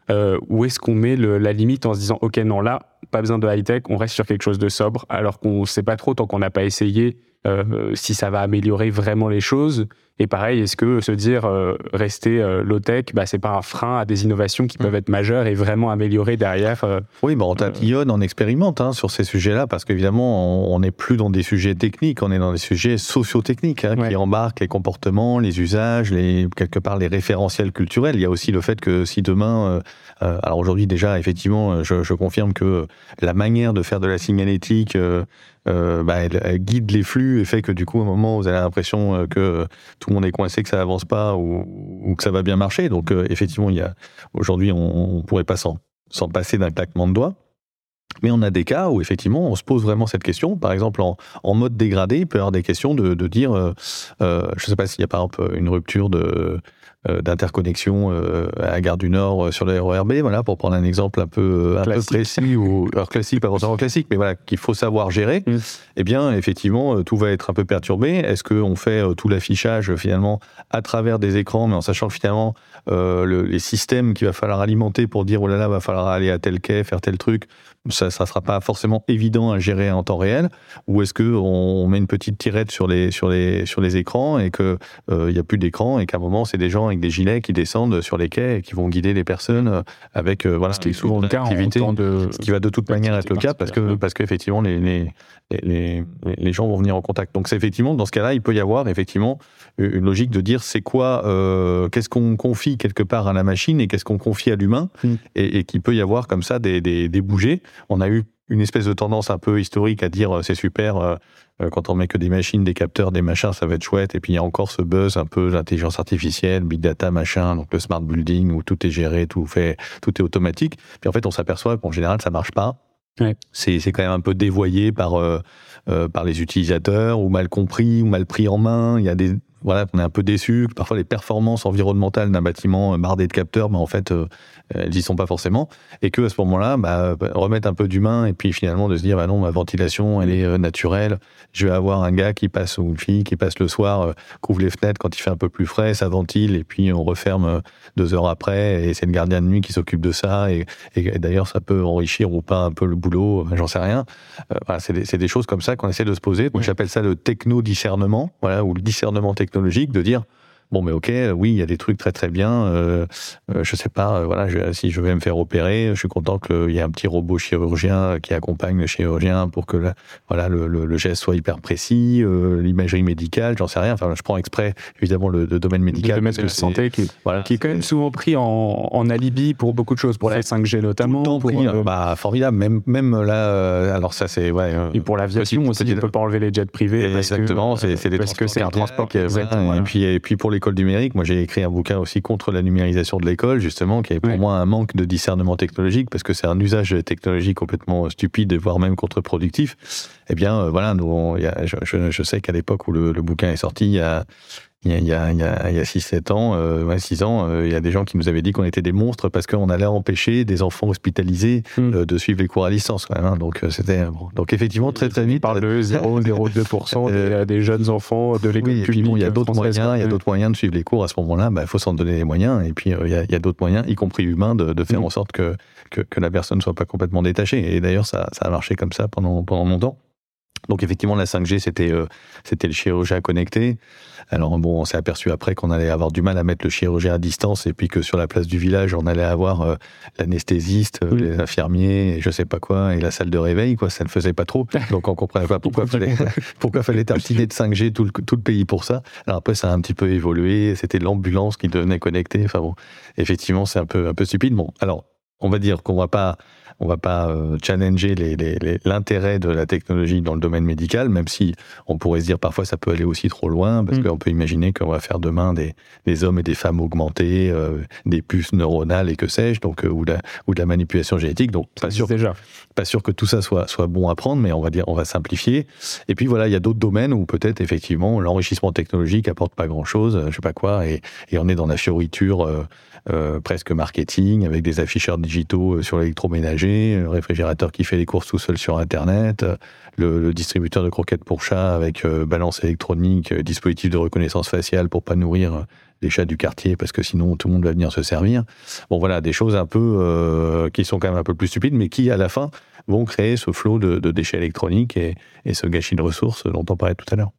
où est-ce qu'on met la limite en se disant ok, non, là pas besoin de high-tech, on reste sur quelque chose de sobre, alors qu'on ne sait pas trop tant qu'on n'a pas essayé si ça va améliorer vraiment les choses. Et pareil, est-ce que se dire rester low-tech, c'est pas un frein à des innovations qui peuvent être majeures et vraiment améliorer derrière Oui, on tatillonne, on expérimente sur ces sujets-là, parce qu'évidemment, on n'est plus dans des sujets techniques, on est dans des sujets socio-techniques qui embarquent les comportements, les usages, quelque part les référentiels culturels. Il y a aussi le fait que si demain... alors aujourd'hui déjà, effectivement, je confirme que la manière de faire de la signalétique... elle guide les flux et fait que du coup, à un moment, vous avez l'impression que tout le monde est coincé, que ça avance pas ou que ça va bien marcher. Donc, effectivement, aujourd'hui, on pourrait pas s'en passer d'un claquement de doigts. Mais on a des cas où, effectivement, on se pose vraiment cette question. Par exemple, en mode dégradé, il peut y avoir des questions de dire, je sais pas s'il y a par exemple une rupture d'interconnexion à Gare du Nord sur le RER B, voilà, pour prendre un exemple un peu précis, ou alors classique, pas forcément classique, mais voilà, qu'il faut savoir gérer. Eh bien, effectivement, tout va être un peu perturbé. Est-ce qu'on fait tout l'affichage, finalement, à travers des écrans, mais en sachant que, finalement, les systèmes qu'il va falloir alimenter pour dire, oh là là, va falloir aller à tel quai, faire tel truc, ça sera pas forcément évident à gérer en temps réel, ou est-ce qu'on met une petite tirette sur les écrans et qu'il n'y a plus d'écran et qu'à un moment, c'est des gens avec des gilets qui descendent sur les quais et qui vont guider les personnes avec ce qui est souvent le cas ce qui va de toute manière être le cas parce qu'effectivement les gens vont venir en contact. Donc c'est effectivement dans ce cas-là, il peut y avoir effectivement une logique de dire c'est quoi, qu'est-ce qu'on confie quelque part à la machine et qu'est-ce qu'on confie à l'humain et qu'il peut y avoir comme ça des bougées. On a eu une espèce de tendance un peu historique à dire c'est super quand on met que des machines, des capteurs, des machins, ça va être chouette. Et puis il y a encore ce buzz un peu l'intelligence artificielle, big data, machin, donc le smart building où tout est géré, tout est automatique. Puis en fait, on s'aperçoit qu'en général, ça marche pas. Ouais. C'est quand même un peu dévoyé par les utilisateurs ou mal compris ou mal pris en main. Il y a on est un peu déçu. Parfois, les performances environnementales d'un bâtiment bardé de capteurs, en fait, elles y sont pas forcément. Et que à ce moment-là, remettre un peu d'humain et puis finalement de se dire, non, ma ventilation, elle est naturelle. Je vais avoir un gars qui passe ou une fille qui passe le soir, couvre les fenêtres quand il fait un peu plus frais, ça ventile et puis on referme 2 heures après et c'est le gardien de nuit qui s'occupe de ça. Et d'ailleurs, ça peut enrichir ou pas un peu le boulot, j'en sais rien. C'est des choses comme ça qu'on essaie de se poser. Donc, j'appelle ça le techno-discernement, ou le discernement technologique, de dire bon, mais ok, oui, il y a des trucs très très bien. Je sais pas, si je vais me faire opérer, je suis content qu'il y ait un petit robot chirurgien qui accompagne le chirurgien pour que le geste soit hyper précis, l'imagerie médicale, j'en sais rien. Enfin, je prends exprès évidemment le domaine médical, le domaine de santé qui est quand même souvent pris en alibi pour beaucoup de choses, pour la 5G notamment. Formidable. Même là, alors ça c'est et pour l'aviation aussi, on peut pas enlever les jets privés. Exactement, c'est des parce que c'est un transport qui est et puis pour l'école numérique, moi j'ai écrit un bouquin aussi contre la numérisation de l'école, justement, qui est pour moi un manque de discernement technologique, parce que c'est un usage technologique complètement stupide, voire même contre-productif. Eh bien, je sais qu'à l'époque où le bouquin est sorti, il y a 6-7 ans, 6 ans, il y a des gens qui nous avaient dit qu'on était des monstres parce qu'on allait empêcher des enfants hospitalisés de suivre les cours à distance. Quand même, Donc c'était donc effectivement très très vite. On parle de 0,02% des jeunes enfants de l'école publique. Il y a d'autres moyens de suivre les cours à ce moment-là. Il faut s'en donner les moyens. Et puis il y a d'autres moyens, y compris humains, de faire en sorte que la personne soit pas complètement détachée. Et d'ailleurs, ça a marché comme ça pendant longtemps. Donc effectivement, la 5G, c'était le chirurgien connecté. Alors on s'est aperçu après qu'on allait avoir du mal à mettre le chirurgien à distance et puis que sur la place du village, on allait avoir l'anesthésiste, les infirmiers, et je sais pas quoi, et la salle de réveil, ça ne faisait pas trop. Donc on comprenait pas pourquoi fallait tartiner de 5G tout le pays pour ça. Alors après, ça a un petit peu évolué. C'était l'ambulance qui devenait connectée. Enfin bon, effectivement, c'est un peu stupide. Bon, alors on va dire qu'on va pas challenger l'intérêt de la technologie dans le domaine médical, même si on pourrait se dire parfois ça peut aller aussi trop loin, parce qu'on peut imaginer qu'on va faire demain des hommes et des femmes augmentés, des puces neuronales et que sais-je, donc ou de la manipulation génétique. Donc pas sûr que tout ça soit bon à prendre, mais on va simplifier. Et puis il y a d'autres domaines où peut-être effectivement l'enrichissement technologique apporte pas grand-chose, je sais pas quoi, et on est dans la fioriture presque marketing, avec des afficheurs digitaux sur l'électroménager, le réfrigérateur qui fait les courses tout seul sur Internet, le distributeur de croquettes pour chat avec balance électronique, dispositif de reconnaissance faciale pour pas nourrir des chats du quartier, parce que sinon tout le monde va venir se servir. Bon voilà, des choses un peu qui sont quand même un peu plus stupides, mais qui à la fin vont créer ce flot de déchets électroniques et ce gâchis de ressources dont on parlait tout à l'heure.